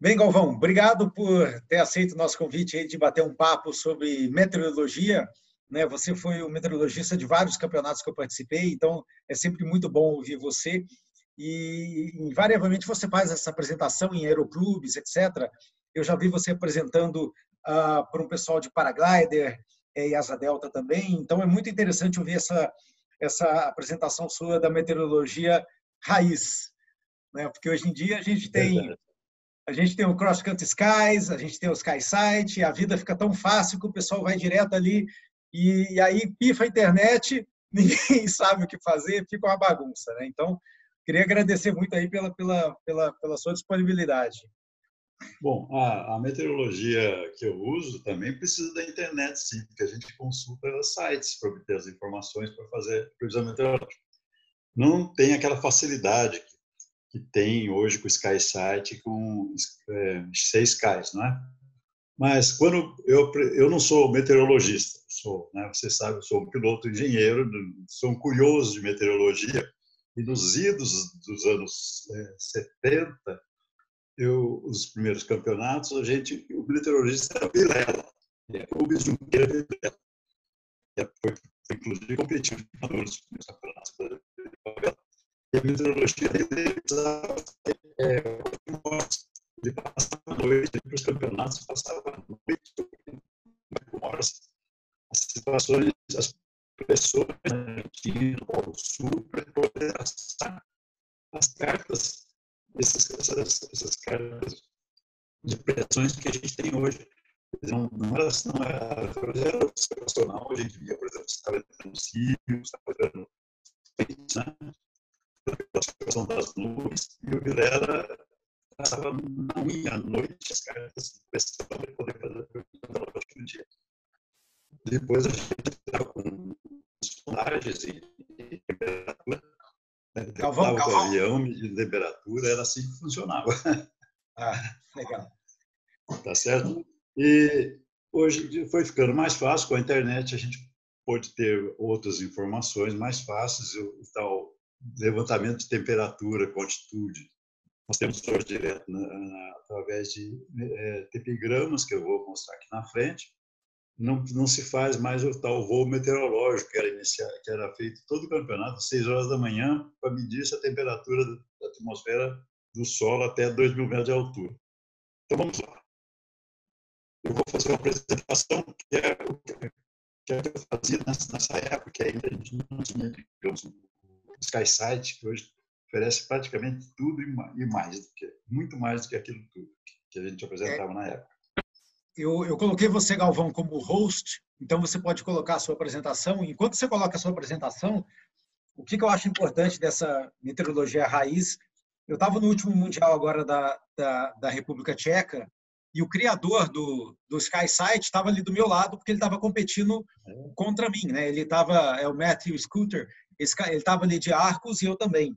Bem, Galvão, obrigado por ter aceito o nosso convite aí de bater um papo sobre meteorologia. Né? Você foi o meteorologista de vários campeonatos que eu participei, então é sempre muito bom ouvir você. E, invariavelmente, você faz essa apresentação em aeroclubes, etc. Eu já vi você apresentando para um pessoal de paraglider e asa delta também, então é muito interessante ouvir essa apresentação sua da meteorologia raiz. Né? Porque hoje em dia Verdade. a gente tem o Cross Country Skies, a gente tem o SkySight, a vida fica tão fácil que o pessoal vai direto ali e aí pifa a internet, ninguém sabe o que fazer, fica uma bagunça. Né? Então, queria agradecer muito aí pela sua disponibilidade. Bom, a meteorologia que eu uso também precisa da internet, sim, porque a gente consulta sites para obter as informações para fazer previsão meteorológica. Não tem aquela facilidade que tem hoje com o SkySight e com Skies, não é? Mas quando eu não sou meteorologista, sou, né, você sabe, eu sou um piloto engenheiro, sou um curioso de meteorologia, e nos idos dos anos 70, os primeiros campeonatos, o meteorologista era Vilela, Rubens Junqueira Vilela, foi inclusive competiu nos primeiros campeonatos. E a meteorologia dele ele passava a noite para os campeonatos, passava a noite com horas, as situações, as pressões no Polo Sul para poder assar as cartas, essas cartas de pressões que a gente tem hoje. Não era observacional. A gente via, por exemplo, se estava entrando Sírio, se estava entrando né? A observação das nuvens, e o Vilela passava na unha à noite as cartas de pressão para poder fazer a previsão do dia. Depois a gente estava com sondagens e temperatura, né? Galvão, Dava para o avião, medindo temperatura, era assim que funcionava. legal. Tá certo? E hoje foi ficando mais fácil, com a internet a gente pode ter outras informações mais fáceis, o tal levantamento de temperatura com altitude. Nós temos hoje direto através de epigramas, que eu vou mostrar aqui na frente. Não se faz mais o tal voo meteorológico, que era feito todo o campeonato, às 6 horas da manhã, para medir essa temperatura da atmosfera do solo até 2.000 metros de altura. Então, vamos lá. Eu vou fazer uma apresentação que é o que eu fazia nessa época, que ainda a gente não tinha, digamos, o SkySight, que hoje oferece praticamente tudo e mais muito mais do que aquilo tudo que a gente apresentava na época. Eu coloquei você, Galvão, como host, então você pode colocar a sua apresentação. Enquanto você coloca a sua apresentação, o que eu acho importante dessa meteorologia raiz, eu estava no último Mundial agora da República Tcheca, e o criador do SkySight estava ali do meu lado, porque ele estava competindo contra mim. Né? Ele estava, é o Matthew Scooter, ele estava ali de Arcos e eu também.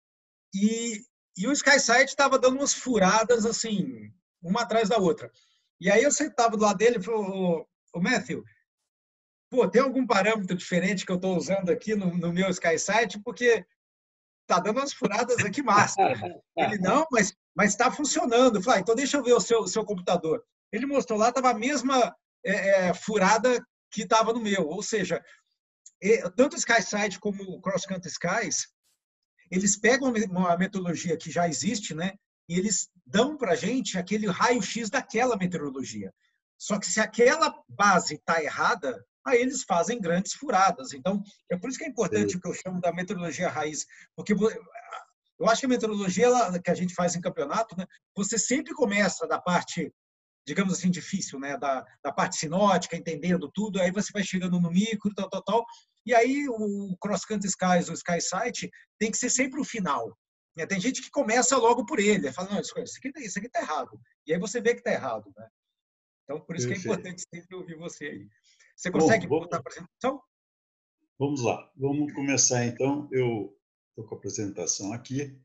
E o SkySight estava dando umas furadas, assim, uma atrás da outra. E aí eu sentava do lado dele e falei, ô Matthew, pô, tem algum parâmetro diferente que eu estou usando aqui no meu SkySight? Porque tá dando umas furadas aqui massa. Ele, não, mas está funcionando. Eu falei, então deixa eu ver o seu computador. Ele mostrou lá, estava a mesma furada que estava no meu. Ou seja, tanto o SkySight como o Cross Country Skies, eles pegam uma metodologia que já existe, né? E eles dão para a gente aquele raio-x daquela meteorologia. Só que se aquela base está errada, aí eles fazem grandes furadas. Então, é por isso que é importante o que eu chamo da meteorologia raiz, porque eu acho que a meteorologia que a gente faz em campeonato, né, você sempre começa da parte, digamos assim, difícil, né, da parte sinótica, entendendo tudo, aí você vai chegando no micro, tal. E aí o Cross Country Skies, o SkySight, tem que ser sempre o final. Tem gente que começa logo por ele, fala, não, isso aqui está errado. E aí você vê que está errado. Né? Então, por isso que é importante sempre ouvir você aí. Você consegue botar a apresentação? Vamos lá. Vamos começar, então. Eu estou com a apresentação aqui.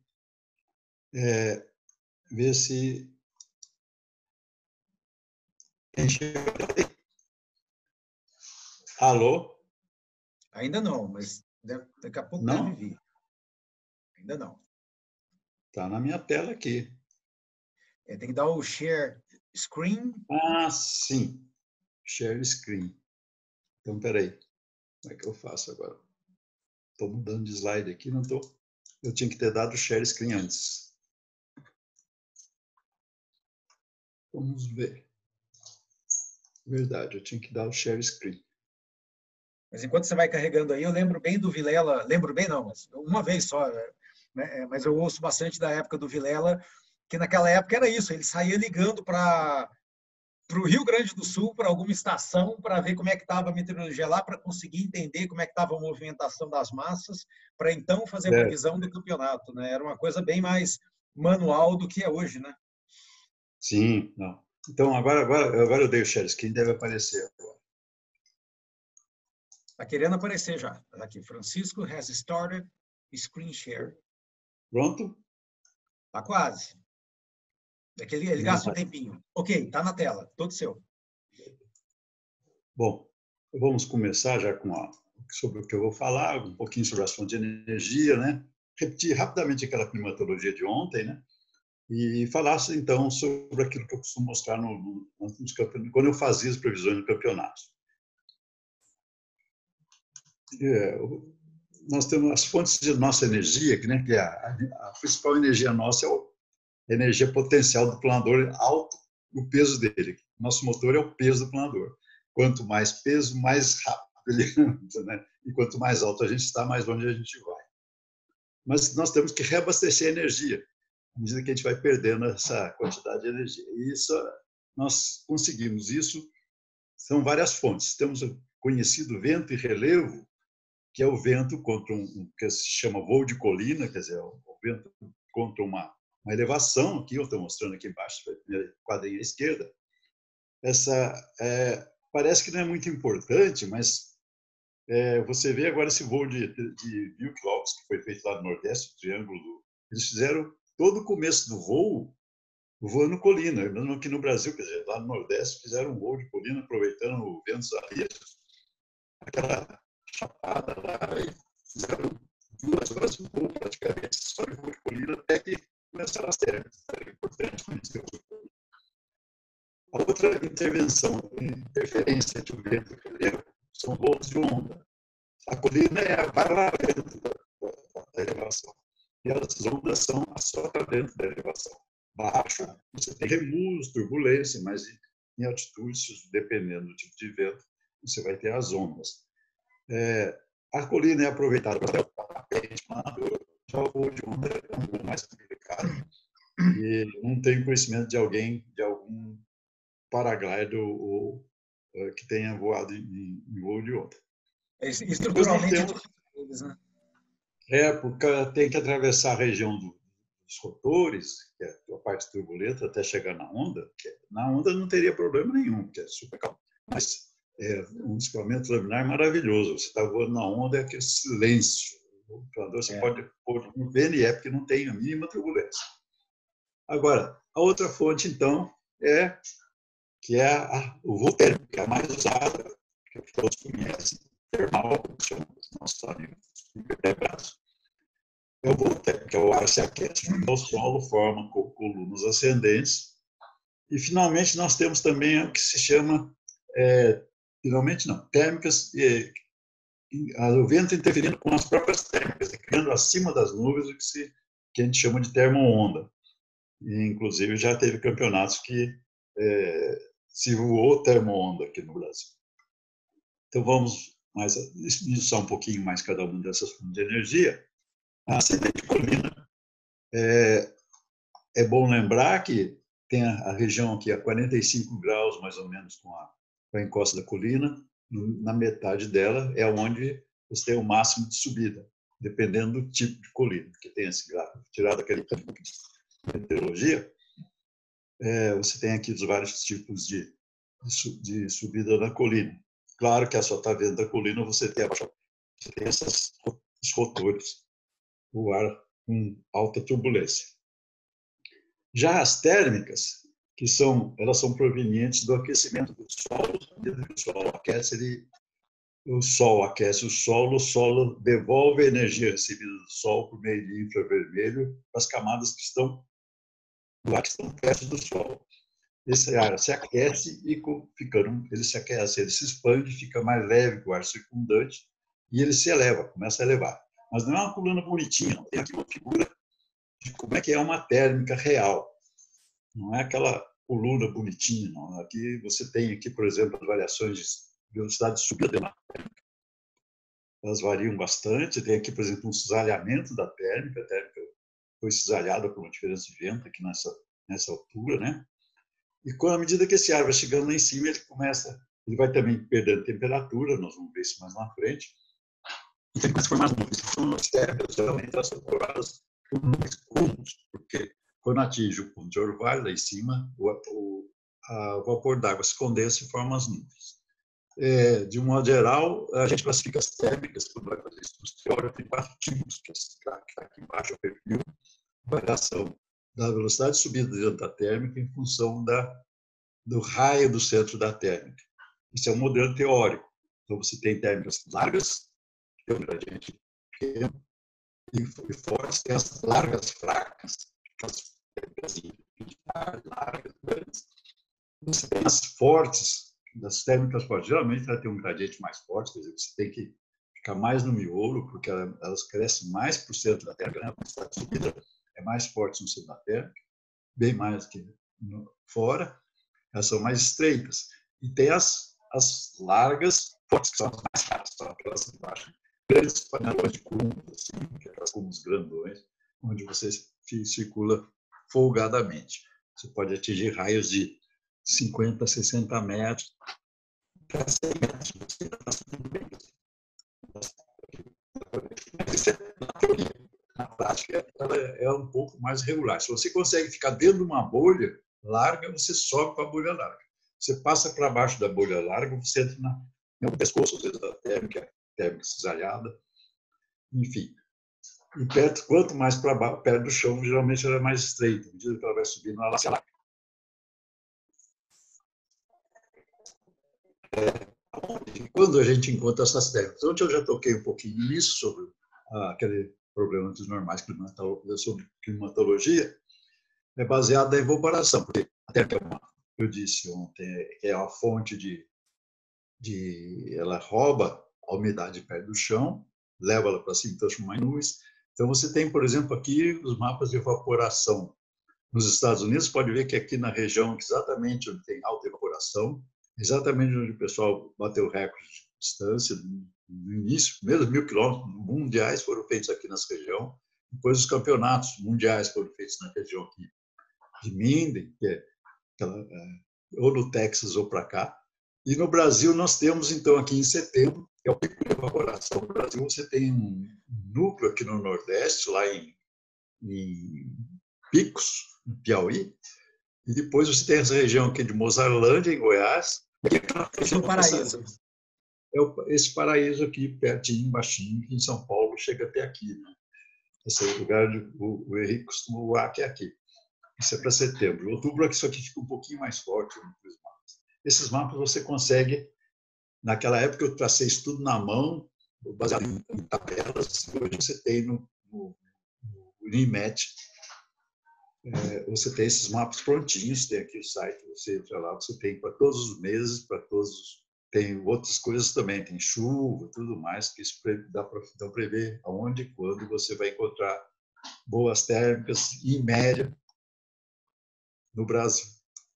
Ver se... Alô? Ainda não, mas daqui a pouco não? deve vir. Ainda não. Está na minha tela aqui. Tem que dar o share screen. Ah, sim. Share screen. Então, peraí. Como é que eu faço agora? Estou mudando de slide aqui, não estou. Eu tinha que ter dado o share screen antes. Vamos ver. Verdade, eu tinha que dar o share screen. Mas enquanto você vai carregando aí, eu lembro bem do Vilela, lembro bem não, mas uma vez só, né? Mas eu ouço bastante da época do Vilela, que naquela época era isso, ele saía ligando para o Rio Grande do Sul, para alguma estação, para ver como é que estava a meteorologia lá, para conseguir entender como é que estava a movimentação das massas, para então fazer a Certo. previsão do campeonato, né? Era uma coisa bem mais manual do que é hoje, né? Sim, não. Então, agora eu dei o share screen, deve aparecer agora. Está querendo aparecer já. Tá aqui, Francisco has started screen share. Pronto? Está quase. É que ele Não, gasta um tempinho. Ok, está na tela, todo seu. bom, vamos começar já sobre o que eu vou falar, um pouquinho sobre as fontes de energia, né? Repetir rapidamente aquela climatologia de ontem, né? E falar então sobre aquilo que eu costumo mostrar nos campeonatos, quando eu fazia as previsões do campeonato. Nós temos as fontes de nossa energia, né? Que a principal energia nossa é a energia potencial do planador alto, o peso dele. Nosso motor é o peso do planador. Quanto mais peso, mais rápido ele anda, né? E quanto mais alto a gente está, mais longe a gente vai. Mas nós temos que reabastecer a energia, à medida que a gente vai perdendo essa quantidade de energia. E isso, nós conseguimos isso, são várias fontes. Temos o conhecido vento e relevo, que é o vento contra que se chama voo de colina, quer dizer, o vento contra uma elevação, aqui eu estou mostrando aqui embaixo, na quadrinha esquerda. Parece que não é muito importante, mas você vê agora esse voo de 1.000 quilômetros que foi feito lá no Nordeste, o Triângulo eles fizeram todo o começo do voo voando colina, mesmo aqui no Brasil, quer dizer, lá no Nordeste fizeram um voo de colina aproveitando o vento zaria, aquela chapada lá, e fizeram 2 horas de voo praticamente, só de voo de colina, até que começaram as térmicas. É importante conhecer a outra interferência de um vento e relevo são voos de onda. A colina é a barra dentro da elevação. E as ondas são a sota dentro da elevação. Baixo, você tem remuos, turbulência, mas em altitude, dependendo do tipo de vento, você vai ter as ondas. A colina é aproveitada para o tapete planador, já o voo de onda é um voo mais complicado. E não tenho conhecimento de algum paraglider que tenha voado em voo de onda. Estruturalmente é difícil eles, né? Porque tem que atravessar a região dos rotores, que é a parte turbulenta, até chegar na onda. Na onda não teria problema nenhum, porque é super calmo. Mas um escoamento laminar maravilhoso. Você está voando na onda, é aquele silêncio. O planador você pode pôr no VNE, porque não tem a mínima turbulência. Agora, a outra fonte, então, que é o voo térmico, que é a mais usada, que todos conhecem, termal, que chama os nossos amigos invertebrados. É o voo térmico, que é o ar se aquece ao solo, forma colunas ascendentes. E, finalmente, nós temos também o que se chama, finalmente não, térmicas, o vento interferindo com as próprias térmicas, criando acima das nuvens o que a gente chama de termo-onda. E, inclusive, já teve campeonatos que se voou termo-onda aqui no Brasil. Então, vamos esmiuçar um pouquinho mais cada uma dessas fontes de energia. A ascendente colina, é bom lembrar que tem a região aqui a 45 graus, mais ou menos, com a encosta da colina. Na metade dela é onde você tem o máximo de subida, dependendo do tipo de colina, que tem esse gráfico, tirado aquele campo de meteorologia. Você tem aqui os vários tipos de subida da colina. Claro que só está vendo da colina, você tem esses rotores, o ar com alta turbulência. Já as térmicas, elas são provenientes do aquecimento do solo. O sol aquece o solo devolve a energia recebida do sol por meio de infravermelho para as camadas que estão do ar que estão perto do Sol. Esse ar se aquece e ele se aquece, ele se expande, fica mais leve que o ar circundante e ele se eleva, começa a elevar. Mas não é uma coluna bonitinha, não tem aqui uma figura de como é que é uma térmica real. Não é aquela coluna bonitinha, não. Aqui você tem aqui, por exemplo, as variações de velocidade de subida da térmica. Elas variam bastante. Tem aqui, por exemplo, um cisalhamento da térmica. A térmica foi cisalhada por uma diferença de vento aqui nessa altura, né? E à medida que esse ar vai chegando lá em cima, ele vai também perdendo temperatura, nós vamos ver isso mais na frente. Então, ele começa a formar nuvens. As térmicas, geralmente, elas são formadas por nuvens comuns, porque quando atinge o ponto de orvalho lá em cima, a vapor d'água se condensa e forma as nuvens. De um modo geral, a gente classifica as térmicas, quando vai fazer isso industrial, tem 4 tipos, que está aqui embaixo, o perfil, variação da velocidade de subida dentro da térmica em função do raio do centro da térmica. Isso é um modelo teórico. Então, você tem térmicas largas, que tem um gradiente pequeno, e fortes, tem as largas fracas, as térmicas largas, grandes. Você tem as fortes, das térmicas fortes. Geralmente, ela tem um gradiente mais forte, quer dizer, você tem que ficar mais no miolo, porque elas crescem mais para o centro da térmica, né? A velocidade de subida é mais forte no centro da térmica, bem mais que fora. Elas são mais estreitas. E tem as largas, fortes, que são as mais raras, são aquelas embaixo. Grandes panelas de cúmulos, assim, aquelas cúmulos grandões, onde você circula folgadamente. Você pode atingir raios de 50, 60 metros, até 100 metros. Você está tudo bem. Mas isso é na teoria. Na prática, ela é um pouco mais regular. Se você consegue ficar dentro de uma bolha larga, você sobe para a bolha larga. Você passa para baixo da bolha larga, você entra no pescoço, às vezes, da térmica cisalhada. Enfim. E quanto mais para baixo, perto do chão, geralmente ela é mais estreita. À medida que ela vai subindo, ela se alarga. Quando a gente encontra essas térmicas? Ontem eu já toquei um pouquinho nisso, sobre aquele problema dos normais sobre climatologia, é baseado na evaporação, porque a térmica, eu disse ontem, é uma fonte ela rouba a umidade perto do chão, leva ela para cima, transforma em nuvens. Então, você tem, por exemplo, aqui os mapas de evaporação nos Estados Unidos, pode ver que aqui na região, exatamente onde tem alta evaporação, exatamente onde o pessoal bateu recorde de distância, no início, primeiros 1.000 quilômetros mundiais foram feitos aqui nessa região, depois os campeonatos mundiais foram feitos na região aqui de Minden, que é ou no Texas ou para cá. E no Brasil nós temos, então, aqui em setembro, que é o pico de evaporação. No Brasil você tem um núcleo aqui no Nordeste, lá em Picos, no Piauí, e depois você tem essa região aqui de Mozarlândia, em Goiás. Esse é o paraíso. Esse paraíso aqui, pertinho, baixinho, que em São Paulo chega até aqui. Né? Esse é o lugar onde o Henrique costuma voar, que é aqui. Isso é para setembro. Em outubro, isso aqui fica um pouquinho mais forte. Esses mapas você consegue. Naquela época, eu tracei isso tudo na mão, baseado em tabelas. Hoje você tem no INMET, você tem esses mapas prontinhos, tem aqui o site, você entra lá, você tem para todos os meses, para todos. Tem outras coisas também, tem chuva, tudo mais, que isso dá para prever aonde e quando você vai encontrar boas térmicas, em média, no Brasil.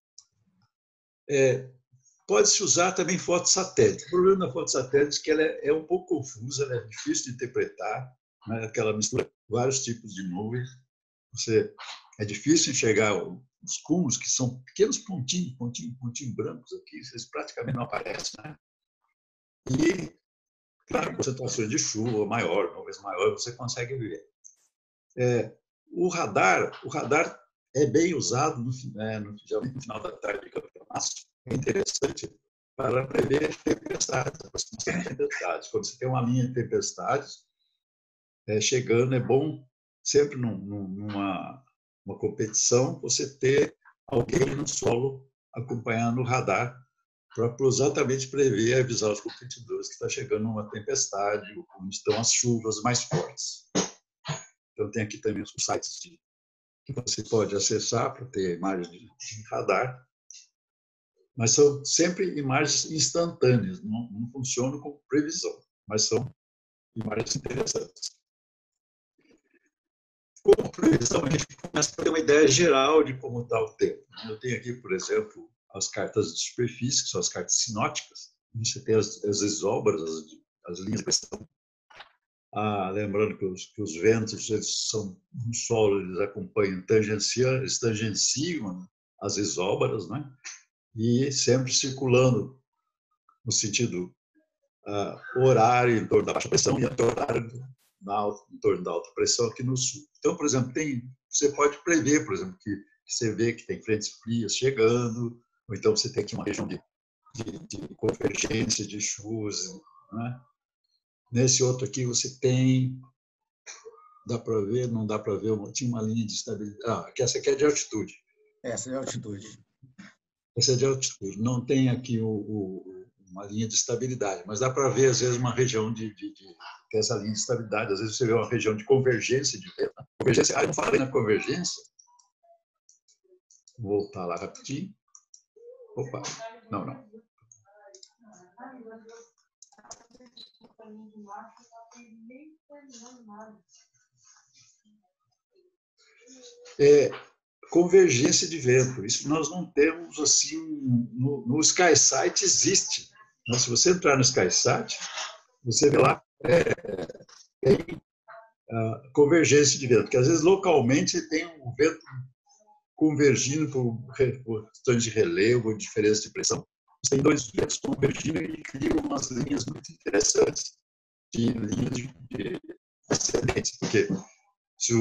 Pode-se usar também foto satélite. O problema da foto satélite é que ela é um pouco confusa, ela é difícil de interpretar, né? Aquela mistura vários tipos de nuvens. É difícil enxergar os cúmulos, que são pequenos pontinhos brancos aqui, eles praticamente não aparecem. Né? E, claro, concentrações de chuva maior, nuvens maiores, você consegue ver. O radar é bem usado geralmente no final da tarde de campeonato. É interessante para prever tempestades, aproximação de tempestades. Quando você tem uma linha de tempestades chegando, é bom sempre numa competição você ter alguém no solo acompanhando o radar para exatamente prever e avisar os competidores que está chegando uma tempestade, onde estão as chuvas mais fortes. Então, tem aqui também os sites que você pode acessar para ter imagens de radar, mas são sempre imagens instantâneas, não funcionam como previsão, mas são imagens interessantes. Como previsão, a gente começa a ter uma ideia geral de como está o tempo. Eu tenho aqui, por exemplo, as cartas de superfície, que são as cartas sinóticas. Você tem as isóbaras, as linhas de pressão. Lembrando que os ventos, eles são no solo, eles acompanham, eles tangenciam as isóbaras, né? E sempre circulando no sentido horário em torno da baixa pressão e horário em torno da alta pressão aqui no sul. Então, por exemplo, você pode prever, por exemplo, que você vê que tem frentes frias chegando, ou então você tem aqui uma região de convergência de chuvas, né? Nesse outro aqui você tem, dá para ver, não dá para ver, tinha uma linha de estabilidade. Essa aqui é de altitude. Essa é a altitude. Essa é de altitude. Não tem aqui uma linha de estabilidade, mas dá para ver, às vezes, uma região que é essa linha de estabilidade. Às vezes você vê uma região de convergência de vento. Convergência, eu não falei na convergência. Vou voltar lá rapidinho. Opa, não. Convergência de vento. Isso nós não temos assim no SkySat existe. Mas se você entrar no SkySat, você vê lá tem convergência de vento, porque às vezes localmente você tem um vento convergindo por questões de relevo, diferença de pressão. Você tem dois ventos convergindo e criam umas linhas muito interessantes de linhas de ascendentes, porque se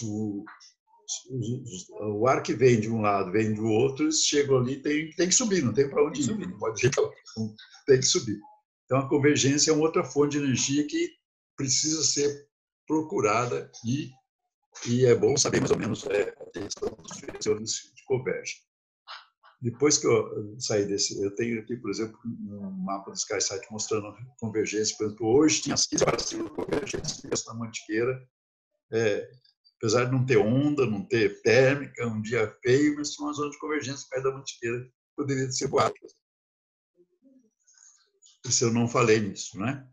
o ar que vem de um lado vem do outro, eles chegam ali, tem que subir, não tem para onde ir, não pode ir, tem que subir. Então, a convergência é uma outra fonte de energia que precisa ser procurada e é bom saber mais ou menos a direção dos ventos que convergem. Depois que eu saí desse, eu tenho aqui, por exemplo, um mapa do SkySat mostrando a convergência. Por exemplo, hoje tinha 15 horas de convergência na Mantiqueira. Apesar de não ter onda, não ter térmica, um dia feio, mas tinha uma zona de convergência perto da Mantiqueira que poderia ser voada. Isso eu não falei nisso, né?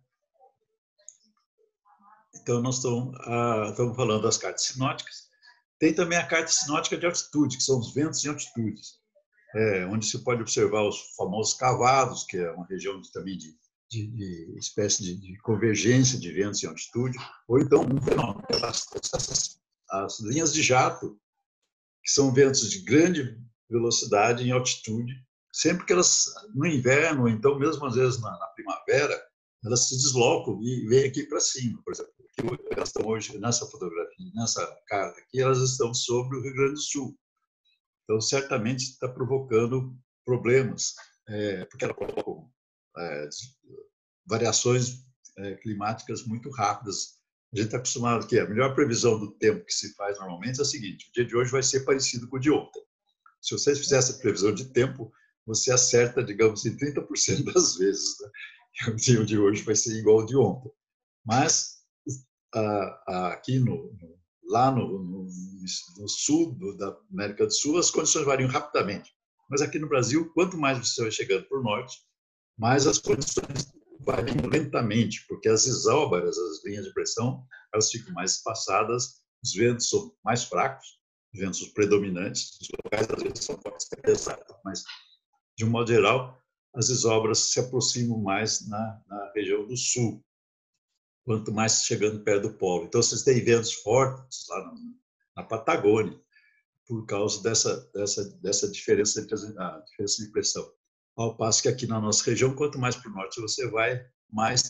Então, nós estamos falando das cartas sinóticas. Tem também a carta sinótica de altitude, que são os ventos em altitudes, onde se pode observar os famosos cavados, que é uma região também de espécie de convergência de ventos em altitude, ou então um fenômeno, as linhas de jato, que são ventos de grande velocidade em altitude, sempre que elas, no inverno, ou então mesmo às vezes na primavera, elas se deslocam e vêm aqui para cima. Por exemplo, elas estão hoje, nessa fotografia, nessa carta aqui, elas estão sobre o Rio Grande do Sul. Então, certamente está provocando problemas, porque ela provoca variações climáticas muito rápidas. A gente está acostumado que a melhor previsão do tempo que se faz normalmente é a seguinte: o dia de hoje vai ser parecido com o de ontem. Se você fizer essa previsão de tempo, você acerta, digamos, em 30% das vezes, né? O dia de hoje vai ser igual ao de ontem. Mas aqui lá no sul da América do Sul, as condições variam rapidamente. Mas aqui no Brasil, quanto mais você vai chegando para o norte, mais as condições variam lentamente, porque as isóbaras, as linhas de pressão, elas ficam mais espaçadas, os ventos são mais fracos, os ventos predominantes, os locais às vezes são fortes, mas de um modo geral, as isóbaras se aproximam mais na região do sul, quanto mais chegando perto do polo. Então, vocês têm ventos fortes lá na Patagônia, por causa dessa diferença de pressão. Ao passo que aqui na nossa região, quanto mais para o norte você vai, mais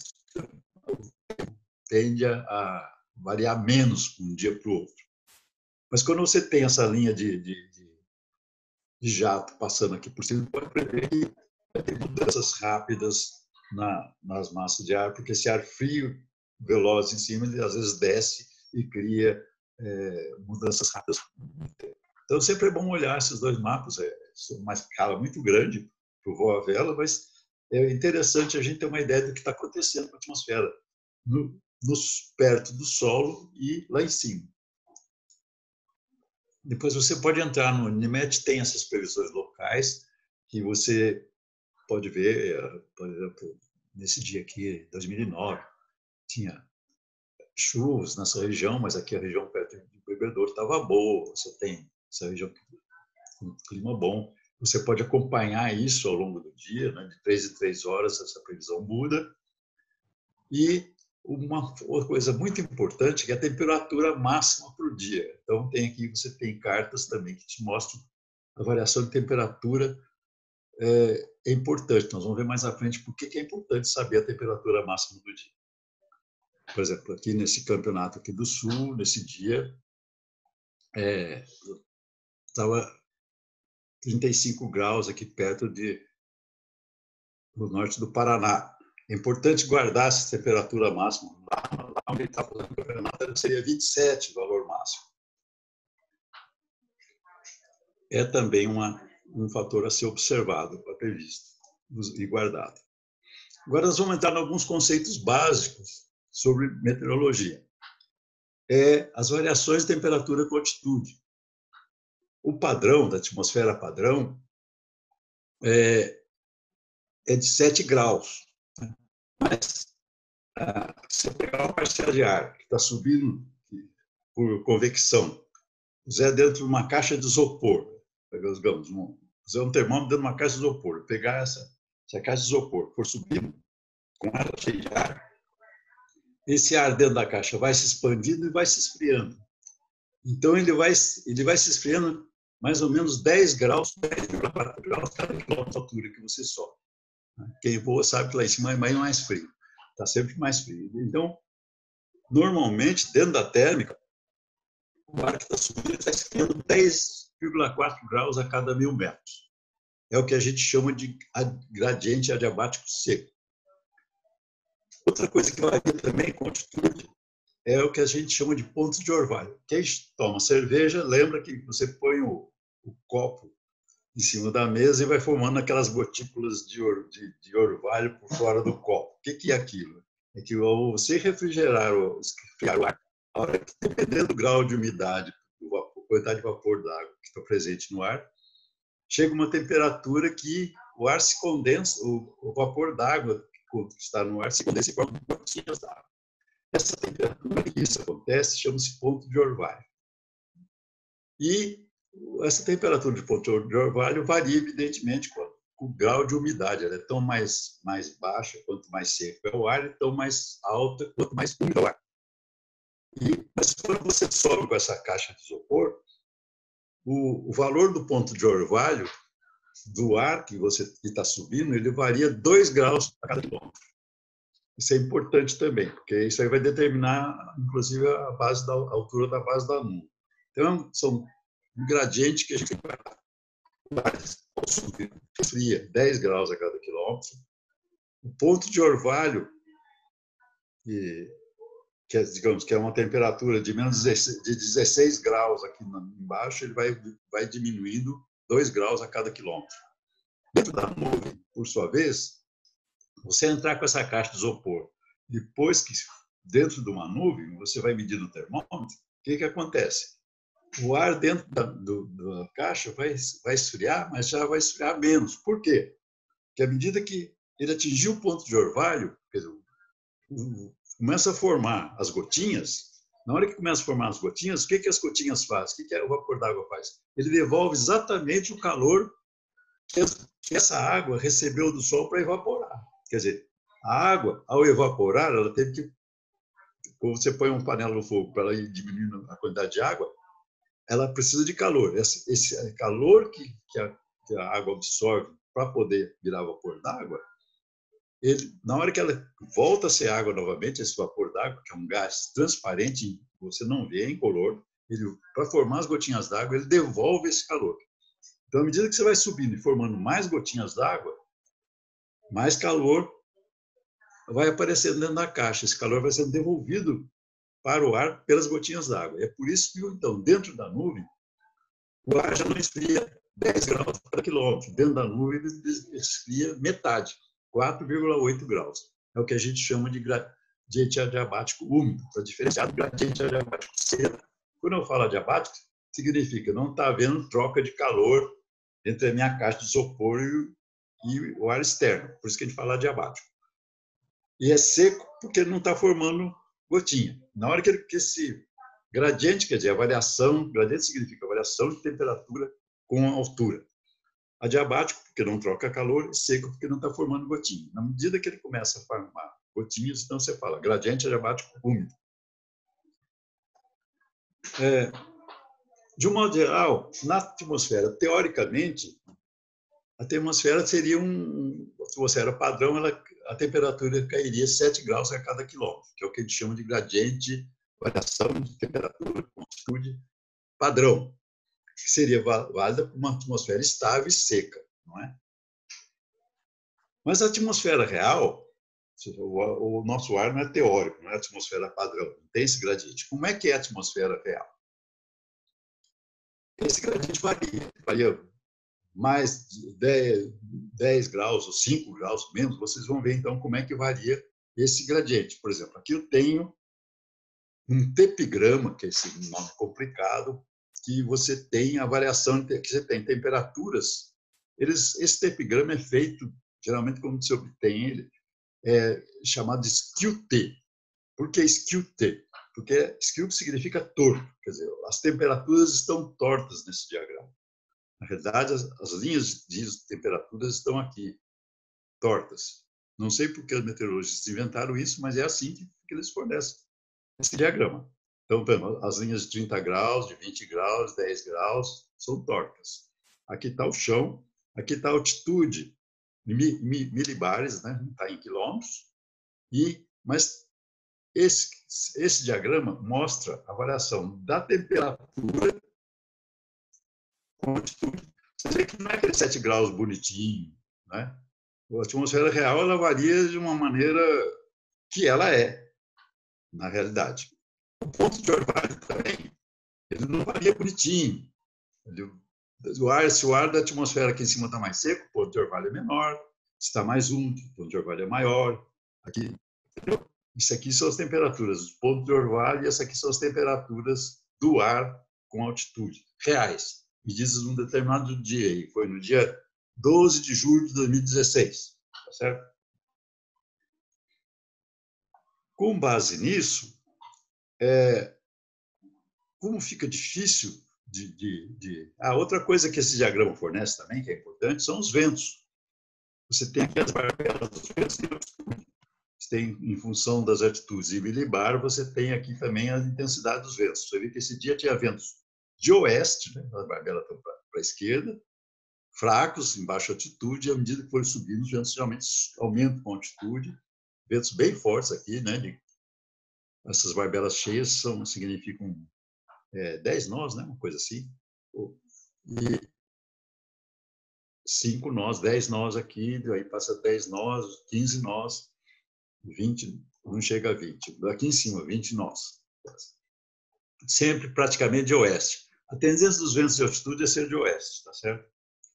tende a variar menos de um dia para o outro. Mas quando você tem essa linha de jato passando aqui por cima, pode prever que vai ter mudanças rápidas nas massas de ar, porque esse ar frio, veloz em cima, ele às vezes desce e cria mudanças rápidas. Então, sempre é bom olhar esses dois mapas, uma escala muito grande para o voo à vela, mas é interessante a gente ter uma ideia do que está acontecendo com a atmosfera, perto do solo e lá em cima. Depois você pode entrar no NIMET, tem essas previsões locais, que você pode ver, por exemplo, nesse dia aqui, 2009, tinha chuvas nessa região, mas aqui a região perto do Bebedouro estava boa, você tem essa região com um clima bom. Você pode acompanhar isso ao longo do dia, né? De 3 em 3 horas essa previsão muda. E uma coisa muito importante que é a temperatura máxima para o dia. Então, você tem cartas também que te mostram a variação de temperatura é importante. Nós vamos ver mais à frente por que é importante saber a temperatura máxima do dia. Por exemplo, aqui nesse campeonato aqui do Sul, nesse dia, estava 35 graus aqui perto do norte do Paraná. É importante guardar essa temperatura máxima. Lá onde ele está fazendo o campeonato, seria 27 o valor máximo. É também um fator a ser observado, a ter visto e guardado. Agora nós vamos entrar em alguns conceitos básicos sobre meteorologia. As variações de temperatura com altitude. O padrão da atmosfera padrão é de 7 graus. Mas, se eu pegar uma parcela de ar que está subindo por convecção, puser dentro de uma caixa de isopor, digamos, fazer um termômetro dentro de uma caixa de isopor, pegar se a caixa de isopor for subindo com ela cheia de ar, esse ar dentro da caixa vai se expandindo e vai se esfriando. Então, ele vai se esfriando mais ou menos 10 graus, 10,4 graus cada quilômetro de altura que você sobe. Quem voa sabe que lá em cima é mais frio. Está sempre mais frio. Então, normalmente, dentro da térmica, o ar que está subindo está esfriando 10,4 graus a cada 1.000 metros. É o que a gente chama de gradiente adiabático seco. Outra coisa que varia também com altitude é o que a gente chama de pontos de orvalho. Quem toma cerveja, lembra que você põe o copo em cima da mesa e vai formando aquelas gotículas de orvalho por fora do copo. O que é aquilo? É que ao você refrigerar ou esfriar o ar, a hora que, dependendo do grau de umidade, a quantidade de vapor d'água que está presente no ar, chega uma temperatura que o ar se condensa, o vapor d'água que está no ar se condensa e forma gotinhas d'água. Essa temperatura que isso acontece chama-se ponto de orvalho. E essa temperatura de ponto de orvalho varia, evidentemente, com o grau de umidade. Ela é tão mais baixa quanto mais seco é o ar, e tão mais alta quanto mais úmido é o ar. Mas quando você sobe com essa caixa de isopor, o valor do ponto de orvalho do ar que está subindo, ele varia 2 graus a cada quilômetro. Isso é importante também, porque isso aí vai determinar, inclusive, a altura da base da nuvem. Então, são um gradiente que a gente vai subir, fria, 10 graus a cada quilômetro. O ponto de orvalho, digamos que é uma temperatura de menos de 16 graus aqui embaixo, ele vai diminuindo 2 graus a cada quilômetro. Dentro da nuvem, por sua vez, você entrar com essa caixa de isopor, depois que dentro de uma nuvem, você vai medir no termômetro, o que acontece? O ar dentro da caixa vai esfriar, mas já vai esfriar menos. Por quê? Porque à medida que ele atingiu o ponto de orvalho, começa a formar as gotinhas. Na hora que começa a formar as gotinhas, o que as gotinhas fazem? O que o vapor d'água faz? Ele devolve exatamente o calor que essa água recebeu do sol para evaporar. Quer dizer, a água, ao evaporar, ela teve que... Quando você põe uma panela no fogo para ela ir diminuindo a quantidade de água, ela precisa de calor. Esse calor que a água absorve para poder virar vapor d'água, na hora que ela volta a ser água novamente, esse vapor d'água, que é um gás transparente, você não vê, é incolor, para formar as gotinhas d'água, ele devolve esse calor. Então, à medida que você vai subindo e formando mais gotinhas d'água, mais calor vai aparecendo dentro da caixa. Esse calor vai sendo devolvido para o ar pelas gotinhas d'água. É por isso que, então, dentro da nuvem, o ar já não esfria 10 graus cada quilômetro. Dentro da nuvem, ele esfria metade, 4,8 graus. É o que a gente chama de gradiente adiabático úmido, para diferenciar do gradiente adiabático seco. Quando eu falo adiabático, significa não está havendo troca de calor entre a minha caixa de isopor e o ar externo. Por isso que a gente fala adiabático. E é seco porque não está formando gotinha. Na hora que esse gradiente, quer dizer, a variação, gradiente significa variação de temperatura com a altura. Adiabático porque não troca calor e seco porque não está formando gotinha. Na medida que ele começa a formar gotinhas, então você fala gradiente adiabático úmido. De um modo geral, na atmosfera, teoricamente, a atmosfera seria a atmosfera padrão, a temperatura cairia 7 graus a cada quilômetro, que é o que a gente chama de gradiente, variação de temperatura com altitude padrão, que seria válida para uma atmosfera estável e seca, não é? Mas a atmosfera real, o nosso ar não é teórico, não é atmosfera padrão, não tem esse gradiente. Como é que é a atmosfera real? Esse gradiente varia mais de 10 graus ou 5 graus menos, vocês vão ver então como é que varia esse gradiente. Por exemplo, aqui eu tenho um tepigrama, que é esse nome complicado, que você tem a variação, que você tem temperaturas. Esse tepigrama é feito, geralmente, quando se obtém ele, é chamado de skew-T. Por que skew-T? Porque skew significa torto, quer dizer, as temperaturas estão tortas nesse diagrama. Na realidade, as linhas de temperaturas estão aqui, tortas. Não sei por que os meteorologistas inventaram isso, mas é assim que eles fornecem esse diagrama. Então, as linhas de 30 graus, de 20 graus, 10 graus, são tortas. Aqui está o chão, aqui está a altitude, milibares, né? Está em quilômetros, mas esse diagrama mostra a variação da temperatura com altitude. Você vê que não é aquele 7 graus bonitinho, né? A atmosfera real ela varia de uma maneira que ela é, na realidade. O ponto de orvalho também, ele não varia bonitinho. Se o ar da atmosfera aqui em cima está mais seco, o ponto de orvalho é menor. Se está mais úmido, o ponto de orvalho é maior. Aqui, entendeu? Isso aqui são as temperaturas, os pontos de orvalho, e essa aqui são as temperaturas do ar com altitude, reais, medidas num determinado dia. E foi no dia 12 de julho de 2016. Tá certo? Com base nisso, como fica difícil outra coisa que esse diagrama fornece também, que é importante, são os ventos. Você tem aqui as barbelas dos ventos e altitude. Você tem, em função das altitudes e milibar, você tem aqui também a intensidade dos ventos. Você vê que esse dia tinha ventos de oeste, né, as barbelas estão para a esquerda, fracos, em baixa altitude, e à medida que for subindo, os ventos geralmente aumentam com altitude, ventos bem fortes aqui, né? Essas barbelas cheias significam 10 nós, né? Uma coisa assim. E 5 nós, 10 nós aqui, aí passa 10 nós, 15 nós, 20, não chega a 20. Aqui em cima, 20 nós. Sempre praticamente de oeste. A tendência dos ventos de altitude é ser de oeste, tá certo?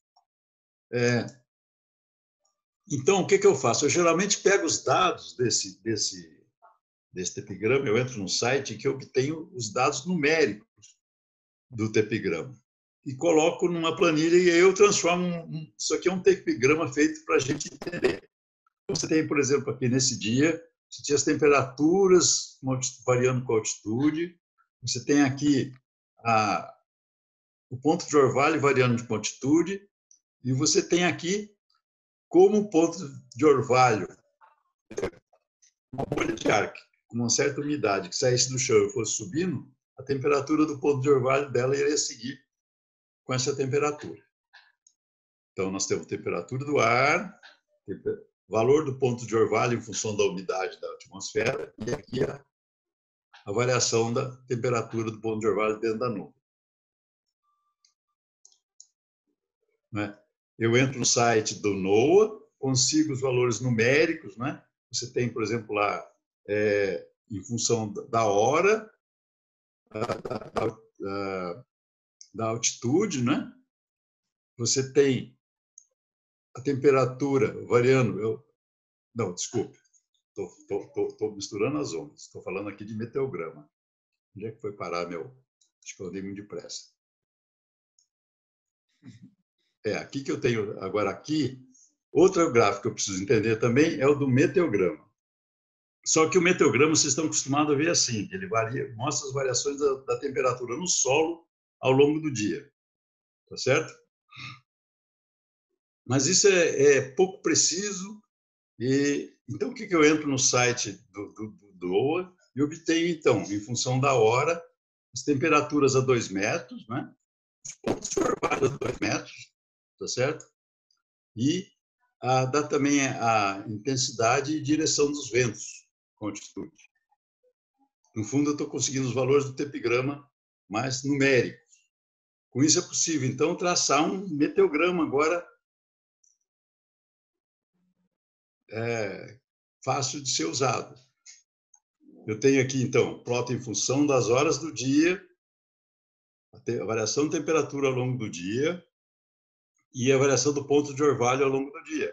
Então, o que eu faço? Eu geralmente pego os dados desse tepigrama, eu entro no site que eu obtenho os dados numéricos do tepigrama e coloco numa planilha e aí eu transformo. Isso aqui é um tepigrama feito para a gente entender. Então, você tem, por exemplo, aqui nesse dia, você tinha as temperaturas variando com a altitude, você tem aqui o ponto de orvalho variando com a altitude, e você tem aqui como o ponto de orvalho, uma bolha de ar com uma certa umidade que saísse do chão e fosse subindo, a temperatura do ponto de orvalho dela iria seguir com essa temperatura. Então, nós temos temperatura do ar, valor do ponto de orvalho em função da umidade da atmosfera, e aqui a variação da temperatura do ponto de orvalho dentro da nuvem. Né? Eu entro no site do NOAA, consigo os valores numéricos, né? Você tem, por exemplo, lá, em função da hora, da altitude, né? Você tem a temperatura variando. Não, desculpe, estou misturando as ondas. Estou falando aqui de meteograma. Onde é que foi parar meu? Acho que eu andei muito depressa. Aqui que eu tenho agora aqui, outro gráfico que eu preciso entender também é o do meteograma. Só que o meteograma vocês estão acostumados a ver assim, ele varia, mostra as variações da temperatura no solo ao longo do dia, tá certo? Mas isso é pouco preciso. E então o que eu entro no site do OA e obtenho então, em função da hora, as temperaturas a 2 metros, né? Os pontos de orvalho a 2 metros, tá certo? E dá também a intensidade e direção dos ventos com altitude. No fundo, eu estou conseguindo os valores do tepigrama mais numéricos. Com isso é possível, então, traçar um meteograma agora fácil de ser usado. Eu tenho aqui, então, plota em função das horas do dia, a variação de temperatura ao longo do dia e a variação do ponto de orvalho ao longo do dia.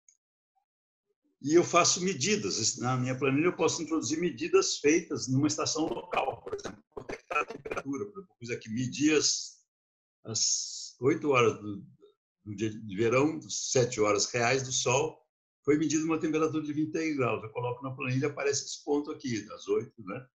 E eu faço medidas. Na minha planilha, eu posso introduzir medidas feitas numa estação local. Por exemplo, quanto é que está a temperatura? Por exemplo, eu pus aqui medir às 8 horas do dia de verão, 7 horas reais do sol, foi medida uma temperatura de 23 graus. Eu coloco na planilha, aparece esse ponto aqui, das 8, né?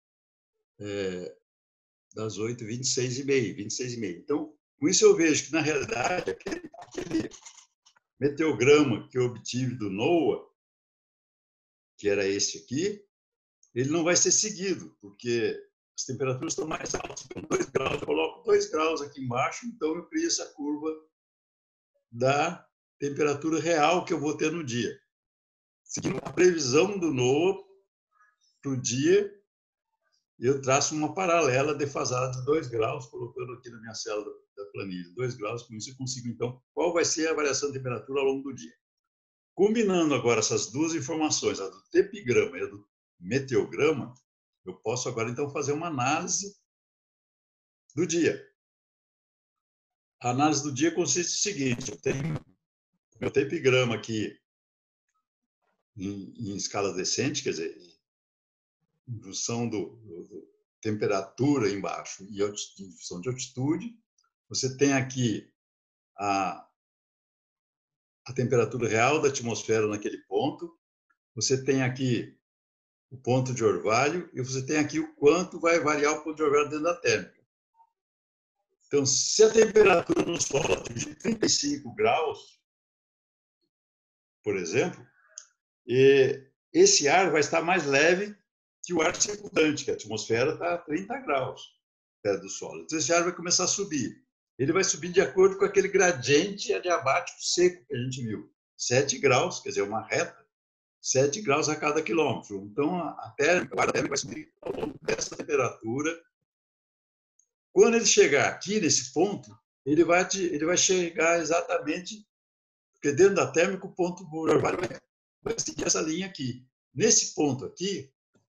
Das 8, 26,5, 26,5. Então, com isso eu vejo que, na realidade, aquele meteograma que eu obtive do NOAA, que era esse aqui, ele não vai ser seguido, porque as temperaturas estão mais altas. Com 2 graus, eu coloco 2 graus aqui embaixo, então eu crio essa curva da temperatura real que eu vou ter no dia. Seguindo a previsão do NOAA para o dia, eu traço uma paralela defasada de 2 graus, colocando aqui na minha célula da planilha, 2 graus, com isso eu consigo, então, qual vai ser a variação de temperatura ao longo do dia. Combinando agora essas duas informações, a do tepigrama e a do meteograma, eu posso agora, então, fazer uma análise do dia. A análise do dia consiste no seguinte, eu tenho meu tepigrama aqui em escala descente, quer dizer, em função do temperatura embaixo e em função de altitude. Você tem aqui a temperatura real da atmosfera naquele ponto. Você tem aqui o ponto de orvalho e você tem aqui o quanto vai variar o ponto de orvalho dentro da térmica. Então, se a temperatura no solo atingir 35 graus, por exemplo, esse ar vai estar mais leve que o ar circundante, que a atmosfera está a 30 graus perto do solo. Então, esse ar vai começar a subir. Ele vai subir de acordo com aquele gradiente adiabático seco que a gente viu. 7 graus, quer dizer, uma reta, 7 graus a cada quilômetro. Então, a térmica vai subir ao longo dessa temperatura. Quando ele chegar aqui, nesse ponto, ele vai chegar exatamente, porque dentro da térmica, o ponto de orvalho vai seguir essa linha aqui. Nesse ponto aqui,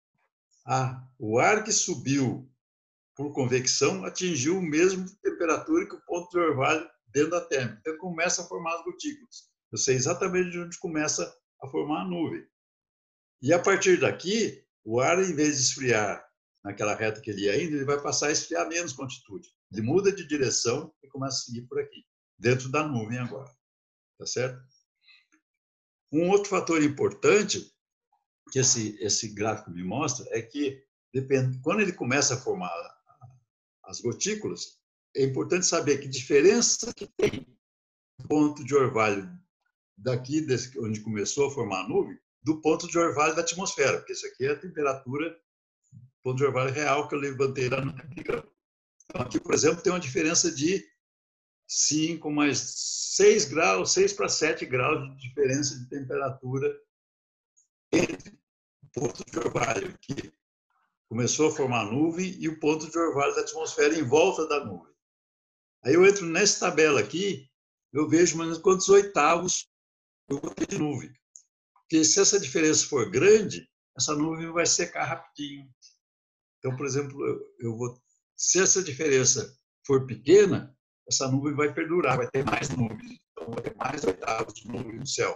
o ar que subiu por convecção atingiu a mesma temperatura que o ponto de orvalho dentro da térmica. Então, começa a formar as gotículas. Eu sei exatamente de onde começa a formar a nuvem. E, a partir daqui, o ar, em vez de esfriar naquela reta que ele ia indo, ele vai passar a esfriar menos com altitude. Ele muda de direção e começa a seguir por aqui, dentro da nuvem agora. Tá certo? Um outro fator importante que esse gráfico me mostra é que, quando ele começa a formar as gotículas, é importante saber que diferença que tem do ponto de orvalho daqui, onde começou a formar a nuvem, do ponto de orvalho da atmosfera, porque isso aqui é a temperatura, ponto de orvalho real que eu levantei lá no tepigrama. Então, aqui, por exemplo, tem uma diferença de 5 mais 6 graus, 6 para 7 graus de diferença de temperatura entre o ponto de orvalho que começou a formar a nuvem e o ponto de orvalho da atmosfera em volta da nuvem. Aí eu entro nessa tabela aqui, eu vejo mais ou menos quantos oitavos eu vou ter de nuvem. Porque se essa diferença for grande, essa nuvem vai secar rapidinho. Então, por exemplo, se essa diferença for pequena, essa nuvem vai perdurar, vai ter mais nuvens. Então, vai ter mais oitavos de nuvem no céu.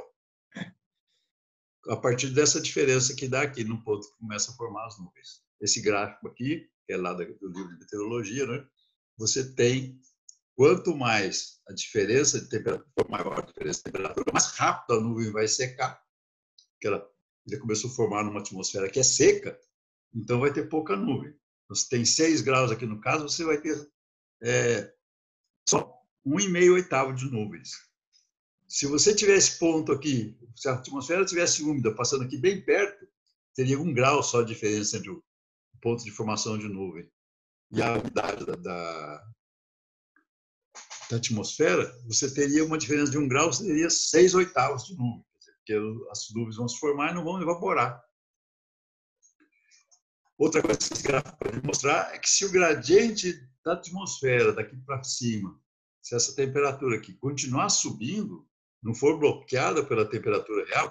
A partir dessa diferença que dá aqui, no ponto que começa a formar as nuvens. Esse gráfico aqui, que é lá do livro de meteorologia, né? Você tem quanto mais a diferença de temperatura, maior a diferença de temperatura, mais rápido a nuvem vai secar, porque ela começou a formar numa atmosfera que é seca, então vai ter pouca nuvem. Você tem 6 graus aqui no caso, você vai ter só 1,5 oitavo de nuvens. Se você tivesse ponto aqui, se a atmosfera tivesse úmida, passando aqui bem perto, teria 1 grau só de diferença entre o ponto de formação de nuvem e a umidade da atmosfera, você teria uma diferença de 1 grau, você teria 6 oitavos de nuvem, porque as nuvens vão se formar e não vão evaporar. Outra coisa que esse gráfico pode mostrar é que se o gradiente da atmosfera daqui para cima, se essa temperatura aqui continuar subindo, não for bloqueada pela temperatura real,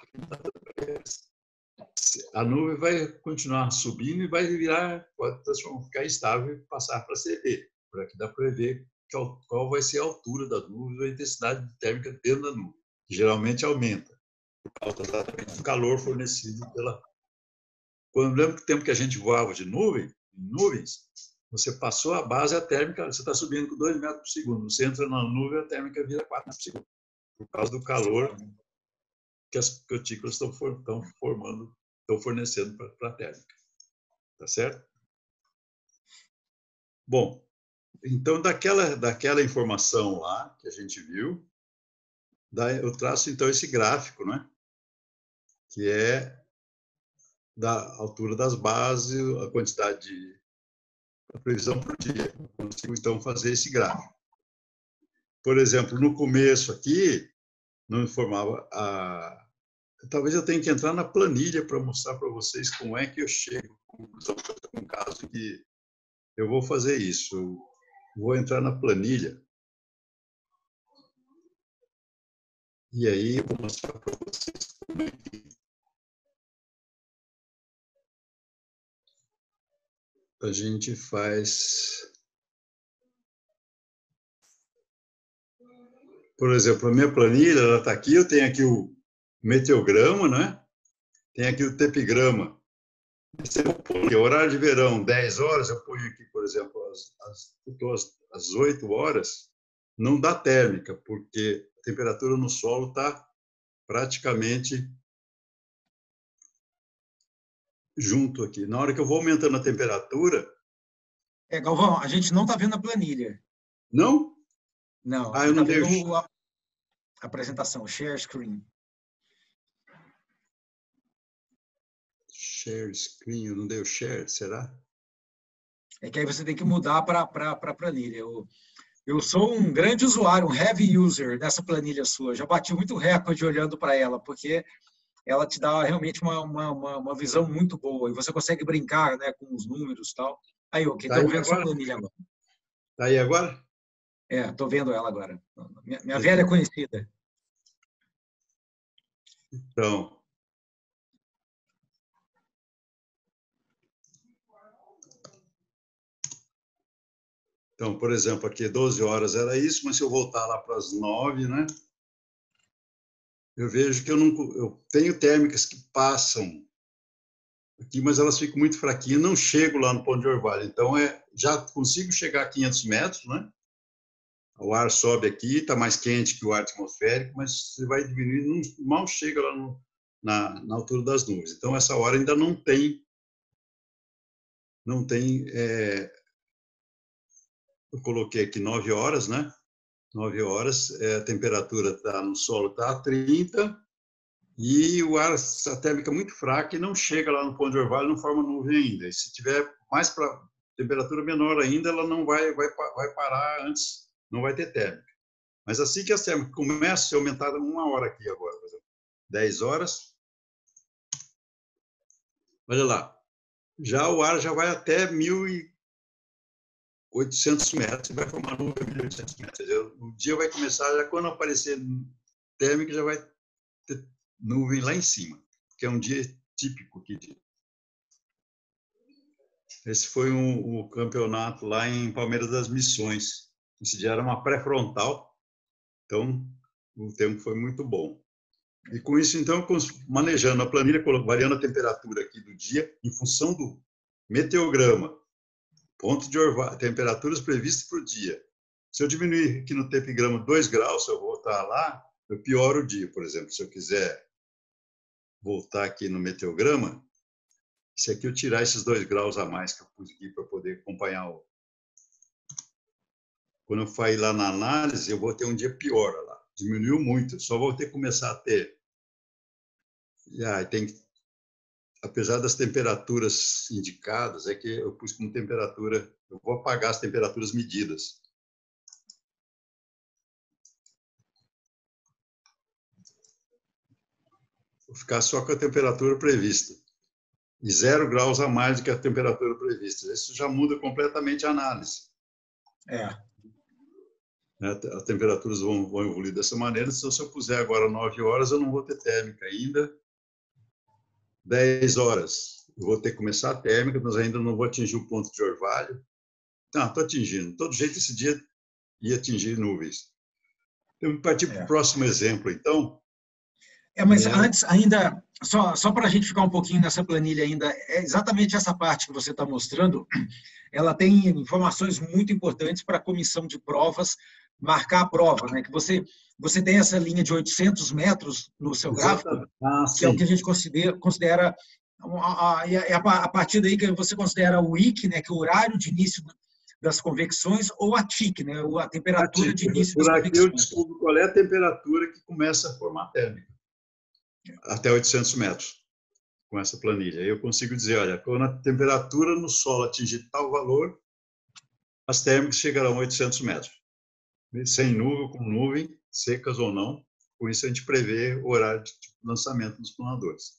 a nuvem vai continuar subindo e vai virar, pode ficar estável e passar para CD. Por aqui dá para ver qual vai ser a altura da nuvem ou a intensidade térmica dentro da nuvem, que geralmente aumenta, por causa exatamente do calor fornecido pela... Quando lembro do tempo que a gente voava de nuvens, você passou a base, a térmica, você está subindo com 2 metros por segundo. Você entra na nuvem, a térmica vira 4 metros por segundo, por causa do calor que as gotículas estão formando, estão fornecendo para a térmica. Tá certo? Bom, então, daquela informação lá que a gente viu, eu traço, então, esse gráfico, né? Que é da altura das bases, a quantidade a previsão por dia. Eu consigo, então, fazer esse gráfico. Por exemplo, no começo aqui, não informava a... Talvez eu tenha que entrar na planilha para mostrar para vocês como é que eu chego à conclusão. Um caso que eu vou fazer isso. Eu vou entrar na planilha. E aí eu vou mostrar para vocês como é que a gente faz. Por exemplo, a minha planilha, ela está aqui, eu tenho aqui o meteograma, né? Tem aqui o tepigrama. Se eu ponho horário de verão, 10 horas, eu ponho aqui, por exemplo, às 8 horas, não dá térmica, porque a temperatura no solo está praticamente junto aqui. Na hora que eu vou aumentando a temperatura... Galvão, a gente não está vendo a planilha. Não? Não, Ah, eu não dei a apresentação, share screen. Share screen, eu não dei o share, será? É que aí você tem que mudar para a planilha. Eu sou um grande usuário, um heavy user dessa planilha sua. Já bati muito recorde olhando para ela, porque ela te dá realmente uma visão muito boa. E você consegue brincar, né, com os números e tal. Aí, ok, Tá aí estou vendo agora? sua planilha agora. Tá aí agora? Estou vendo ela agora. Minha velha conhecida. Então, por exemplo, aqui 12 horas era isso, mas se eu voltar lá para as 9, né? Eu vejo que eu tenho térmicas que passam aqui, mas elas ficam muito fraquinhas, não chego lá no ponto de orvalho. Então, já consigo chegar a 500 metros, né? O ar sobe aqui, está mais quente que o ar atmosférico, mas você vai diminuindo, mal chega lá na altura das nuvens. Então, essa hora ainda não tem eu coloquei aqui 9 horas, né? 9 horas, a temperatura no solo está a 30 e o ar, a térmica muito fraca e não chega lá no ponto de orvalho, não forma nuvem ainda. E se tiver mais para temperatura menor ainda, ela não vai parar antes, não vai ter térmica. Mas assim que a térmica começa a ser aumentada, 1 hora aqui agora, por exemplo, 10 horas, olha lá, já o ar já vai até 1.800 metros e vai formar nuvem a 1.800 metros. O dia vai começar, já quando aparecer térmica, já vai ter nuvem lá em cima, que é um dia típico aqui. Esse foi o campeonato lá em Palmeiras das Missões. Esse dia era uma pré-frontal, então o tempo foi muito bom. E com isso, então, manejando a planilha, variando a temperatura aqui do dia, em função do meteograma, ponto de orvalho, temperaturas previstas por dia, Se eu diminuir aqui no tepigrama 2 graus, se eu voltar lá, eu pioro o dia, por exemplo. Se eu quiser voltar aqui no meteograma, se aqui eu tirar esses 2 graus a mais que eu pus aqui para poder acompanhar o... Quando eu for ir lá na análise, eu vou ter um dia pior lá. Diminuiu muito, só vou ter que começar a ter. E aí tem, apesar das temperaturas indicadas, é que eu pus como temperatura, eu vou apagar as temperaturas medidas. Vou ficar só com a temperatura prevista. E 0 graus a mais do que a temperatura prevista. Isso já muda completamente a análise. As temperaturas vão evoluir dessa maneira. Se eu puser agora 9 horas, eu não vou ter térmica ainda. 10 horas, eu vou ter que começar a térmica, mas ainda não vou atingir o ponto de orvalho. Não, estou atingindo. De todo jeito, esse dia ia atingir nuvens. Eu vou partir para o próximo exemplo, então. Mas antes, ainda, só para a gente ficar um pouquinho nessa planilha ainda, é exatamente essa parte que você está mostrando, ela tem informações muito importantes para a comissão de provas marcar a prova, né? Que você tem essa linha de 800 metros no seu gráfico, que é o que a gente considera a partir daí que você considera o WIC, né? Que é o horário de início das convecções, ou a TIC, né? A temperatura de início das convecções. Por aqui eu descubro qual é a temperatura que começa a formar térmica. Até 800 metros, com essa planilha. Aí eu consigo dizer, olha, quando a temperatura no solo atingir tal valor, as térmicas chegarão a 800 metros. Sem nuvem, com nuvem, secas ou não. Com isso a gente prevê o horário de lançamento dos planadores.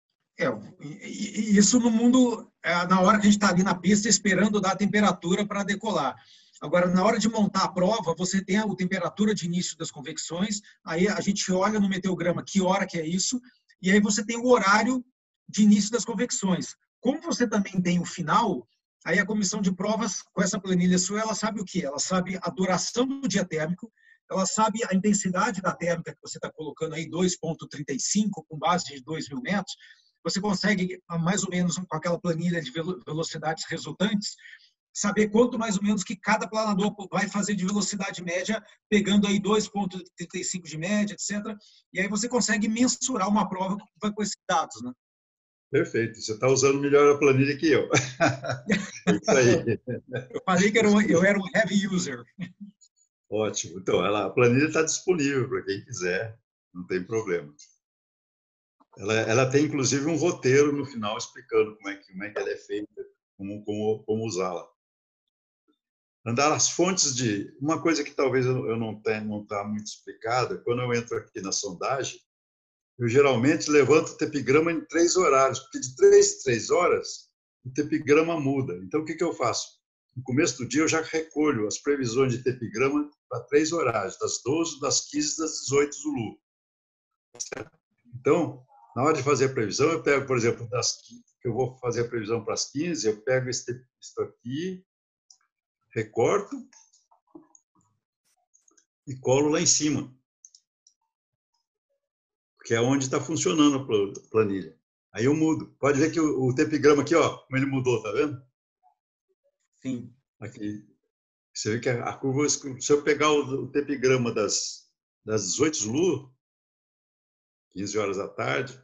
Isso no mundo, na hora que a gente está ali na pista esperando dar a temperatura para decolar. Agora, na hora de montar a prova, você tem a temperatura de início das convecções, aí a gente olha no meteograma que hora que é isso, e aí você tem o horário de início das convecções. Como você também tem o final, aí a comissão de provas, com essa planilha sua, ela sabe o quê? Ela sabe a duração do dia térmico, ela sabe a intensidade da térmica que você está colocando aí, 2,35, com base de 2.000 metros. Você consegue, mais ou menos, com aquela planilha de velocidades resultantes, saber quanto mais ou menos que cada planador vai fazer de velocidade média, pegando aí 2,35 de média, etc. E aí você consegue mensurar uma prova com esses dados, né? Perfeito. Você está usando melhor a planilha que eu. É isso aí. Eu falei que eu era um heavy user. Ótimo. Então, a planilha está disponível para quem quiser, não tem problema. Ela tem, inclusive, um roteiro no final explicando como é que ela é feita, como usá-la. Andar as fontes de... Uma coisa que talvez eu não está muito explicada, quando eu entro aqui na sondagem, eu geralmente levanto o tepigrama em 3 horários, porque de 3 horas o tepigrama muda. Então, o que eu faço? No começo do dia, eu já recolho as previsões de tepigrama para 3 horários, das 12, das 15 e das 18 Zulu. Então, na hora de fazer a previsão, eu pego, por exemplo, que eu vou fazer a previsão para as 15, eu pego isso aqui, recorto e colo lá em cima, que é onde está funcionando a planilha. Aí eu mudo. Pode ver que o tepigrama aqui, ó, como ele mudou, tá vendo? Sim. Aqui, você vê que a curva, se eu pegar o tepigrama das 18 Zulu, 15 horas da tarde,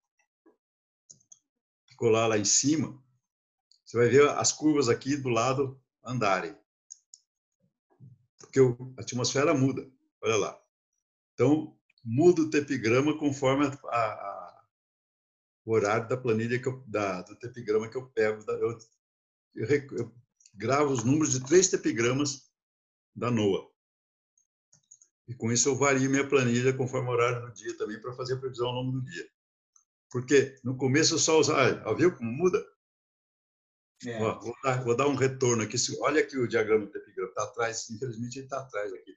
colar lá em cima, você vai ver as curvas aqui do lado andarem. Porque a atmosfera muda, olha lá. Então, muda o tepigrama conforme o horário da planilha, do tepigrama que eu pego. Eu gravo os números de 3 tepigramas da NOAA. E com isso eu vario minha planilha conforme o horário do dia também para fazer a previsão ao longo do dia. Porque no começo eu só usava... Viu como muda? Ó, vou dar um retorno aqui. Olha aqui o diagrama do tepigrama. Está atrás, infelizmente ele está atrás aqui.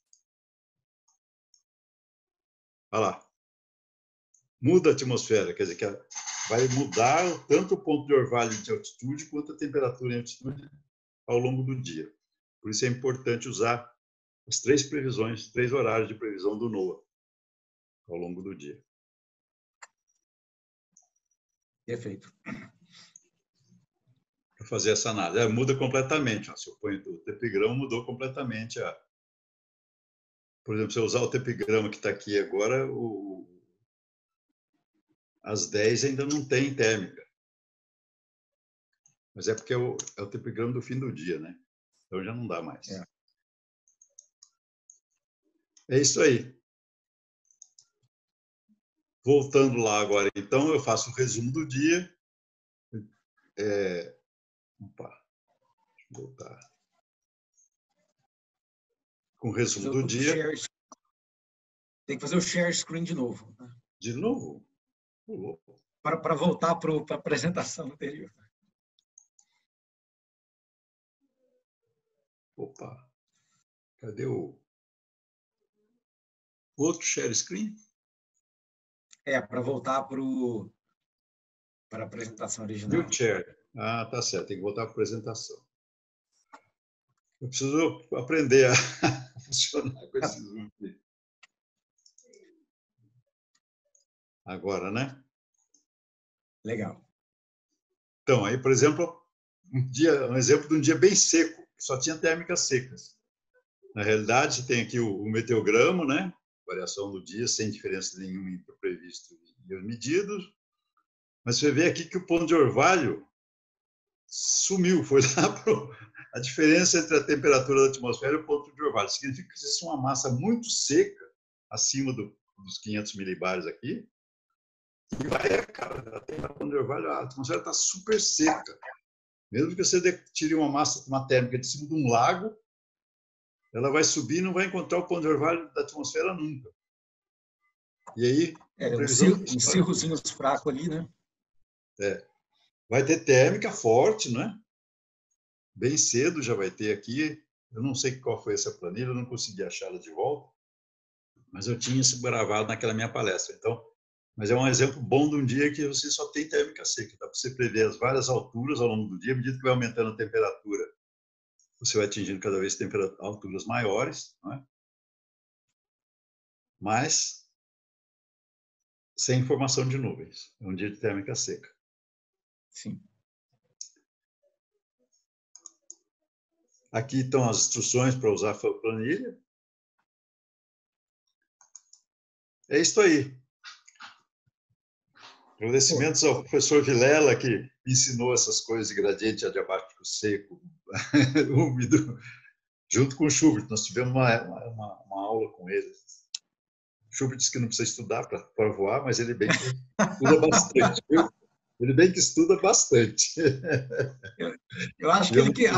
Olha lá. Muda a atmosfera, quer dizer, que vai mudar tanto o ponto de orvalho de altitude quanto a temperatura em altitude ao longo do dia. Por isso é importante usar as 3 previsões, 3 horários de previsão do NOAA ao longo do dia. Perfeito. fazer essa análise. Muda completamente. Ó. Se eu ponho o tepigrama, mudou completamente. Por exemplo, se eu usar o tepigrama que está aqui agora, às 10 ainda não tem térmica. Mas é porque é o tepigrama do fim do dia, né? Então já não dá mais. É isso aí. Voltando lá agora, então, eu faço o resumo do dia. Opa, deixa eu voltar. Com o resumo do dia. Tem que fazer o share screen de novo. Né? De novo? Para voltar para a apresentação anterior. Opa, cadê o outro share screen? Para voltar para a apresentação original. New share. Ah, tá certo, tem que voltar para a apresentação. Eu preciso aprender a funcionar com esse Zoom aqui. Agora, né? Legal. Então, aí, por exemplo, um exemplo de um dia bem seco, que só tinha térmicas secas. Na realidade, tem aqui o meteograma, né? Variação do dia, sem diferença nenhuma entre o previsto e os medidos. Mas você vê aqui que o ponto de orvalho sumiu, foi lá para a diferença entre a temperatura da atmosfera e o ponto de orvalho. Significa que existe uma massa muito seca, acima dos 500 milibares aqui, e vai, cara, tem o ponto de orvalho, a atmosfera está super seca. Mesmo que você tire uma massa, uma térmica de cima de um lago, ela vai subir e não vai encontrar o ponto de orvalho da atmosfera nunca. E aí, uns cirrozinhos fracos ali, né? Vai ter térmica forte, né? Bem cedo já vai ter aqui. Eu não sei qual foi essa planilha, eu não consegui achá-la de volta, mas eu tinha isso gravado naquela minha palestra. Então, mas é um exemplo bom de um dia que você só tem térmica seca. Dá para você prever as várias alturas ao longo do dia, à medida que vai aumentando a temperatura, você vai atingindo cada vez alturas maiores, né? Mas sem formação de nuvens. É um dia de térmica seca. Sim. Aqui estão as instruções para usar a planilha. É isso aí. Agradecimentos ao professor Vilela, que me ensinou essas coisas de gradiente adiabático seco, úmido, junto com o Schubert. Nós tivemos uma aula com ele. O Schubert disse que não precisa estudar para voar, mas ele bem que estuda bastante. Viu? Ele bem que estuda bastante. Eu acho que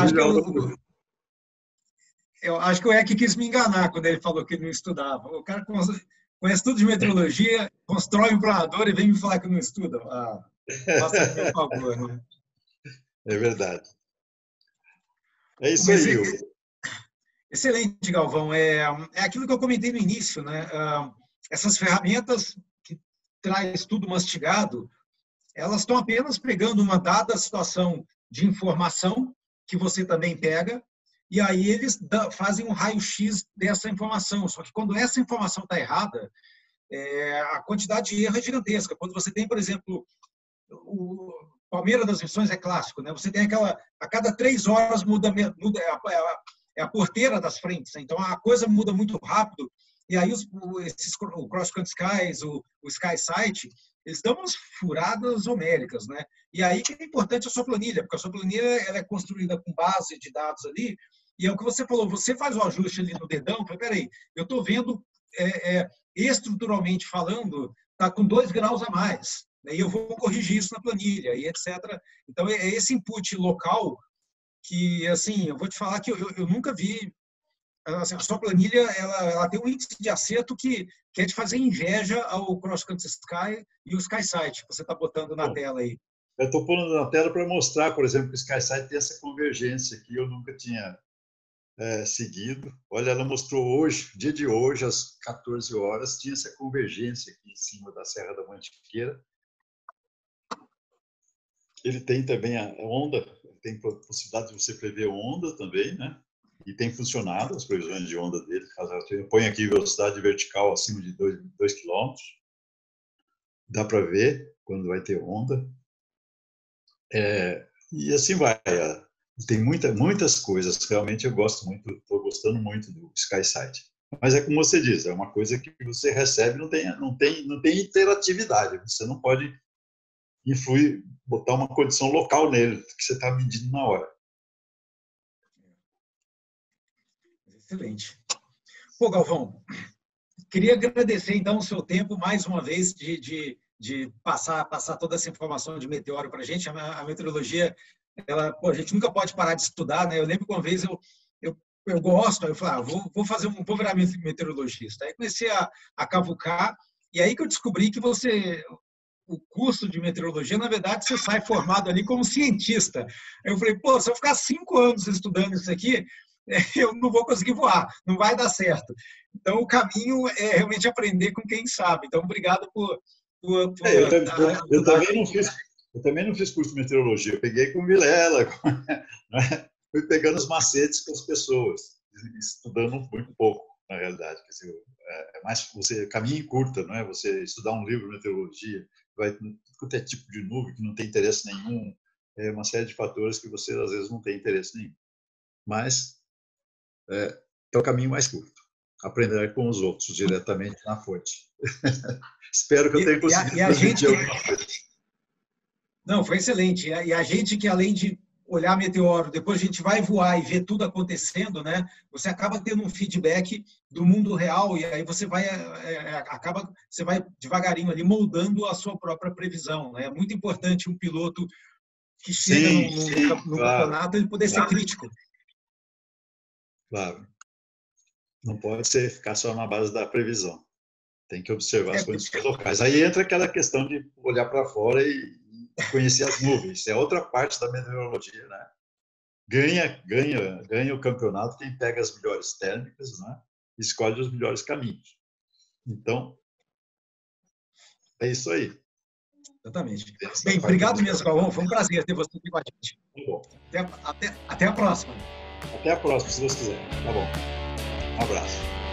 eu acho que o EC quis me enganar quando ele falou que ele não estudava. O cara conhece tudo de meteorologia, constrói um planador e vem me falar que não estuda. Faça o meu favor, né? É verdade. É isso aí. Excelente, Galvão. É aquilo que eu comentei no início, né? Essas ferramentas que traz tudo mastigado, elas estão apenas pegando uma dada situação de informação que você também pega, e aí eles fazem um raio-x dessa informação. Só que quando essa informação está errada, a quantidade de erro é gigantesca. Quando você tem, por exemplo, o Palmeira das Missões é clássico, né? Você tem a cada 3 horas muda a porteira das frentes, então a coisa muda muito rápido. E aí o Cross Country Skies, o SkySight, eles dão umas furadas homéricas, né? E aí que é importante a sua planilha, porque a sua planilha ela é construída com base de dados ali, e é o que você falou, você faz o ajuste ali no dedão, fala, peraí, eu estou vendo, estruturalmente falando, está com 2 graus a mais, né? E eu vou corrigir isso na planilha, e etc. Então, é esse input local que, assim, eu vou te falar que eu nunca vi. Assim, a sua planilha ela tem um índice de acerto que é de fazer inveja ao Cross Country Sky e o SkySight, que você está botando na tela aí. Eu estou pondo na tela para mostrar, por exemplo, que o SkySight tem essa convergência que eu nunca tinha seguido. Olha, ela mostrou hoje, dia de hoje, às 14 horas, tinha essa convergência aqui em cima da Serra da Mantiqueira. Ele tem também a onda, tem possibilidade de você prever onda também, né? E tem funcionado as previsões de onda dele. Põe aqui velocidade vertical acima de 2 km. Dá para ver quando vai ter onda. E assim vai. Tem muitas coisas, realmente eu gosto muito, estou gostando muito do SkySight. Mas é como você diz, é uma coisa que você recebe, não tem interatividade, você não pode influir, botar uma condição local nele, que você está medindo na hora. Excelente. Pô, Galvão, queria agradecer, então, o seu tempo, mais uma vez, de passar toda essa informação de meteoro para a gente. A meteorologia, a gente nunca pode parar de estudar, né? Eu lembro que uma vez eu gosto, eu falei, vou virar meteorologista. Aí comecei a cavucar, e aí que eu descobri que o curso de meteorologia, na verdade, você sai formado ali como cientista. Eu falei, pô, se eu ficar 5 anos estudando isso aqui, eu não vou conseguir voar, não vai dar certo. Então, o caminho é realmente aprender com quem sabe. Então, obrigado por eu também não fiz curso de meteorologia, eu peguei com Vilela, né? Fui pegando os macetes com as pessoas, estudando muito pouco, na realidade. Quer dizer, mais caminho curto, não é? Você estudar um livro de meteorologia, vai ter tipo de nuvem que não tem interesse nenhum, uma série de fatores que você às vezes não tem interesse nenhum. Mas é o caminho mais curto, aprender com os outros diretamente na fonte. Espero que eu tenha conseguido transmitir alguma coisa. Não, foi excelente. E a gente que, além de olhar meteoro, depois a gente vai voar e ver tudo acontecendo, né? Você acaba tendo um feedback do mundo real e aí você vai devagarinho ali moldando a sua própria previsão, né? É muito importante um piloto que chega no campeonato ele poder ser crítico. Claro. Não pode ficar só na base da previsão. Tem que observar as condições locais. Aí entra aquela questão de olhar para fora e conhecer as nuvens. É outra parte da meteorologia, né? Ganha o campeonato quem pega as melhores térmicas, né? E escolhe os melhores caminhos. Então, é isso aí. Exatamente. Bem, obrigado mesmo, Galvão. Foi um prazer ter você aqui com a gente. Tá bom. Até a próxima. Até a próxima, se Deus quiser. Tá bom. Um abraço.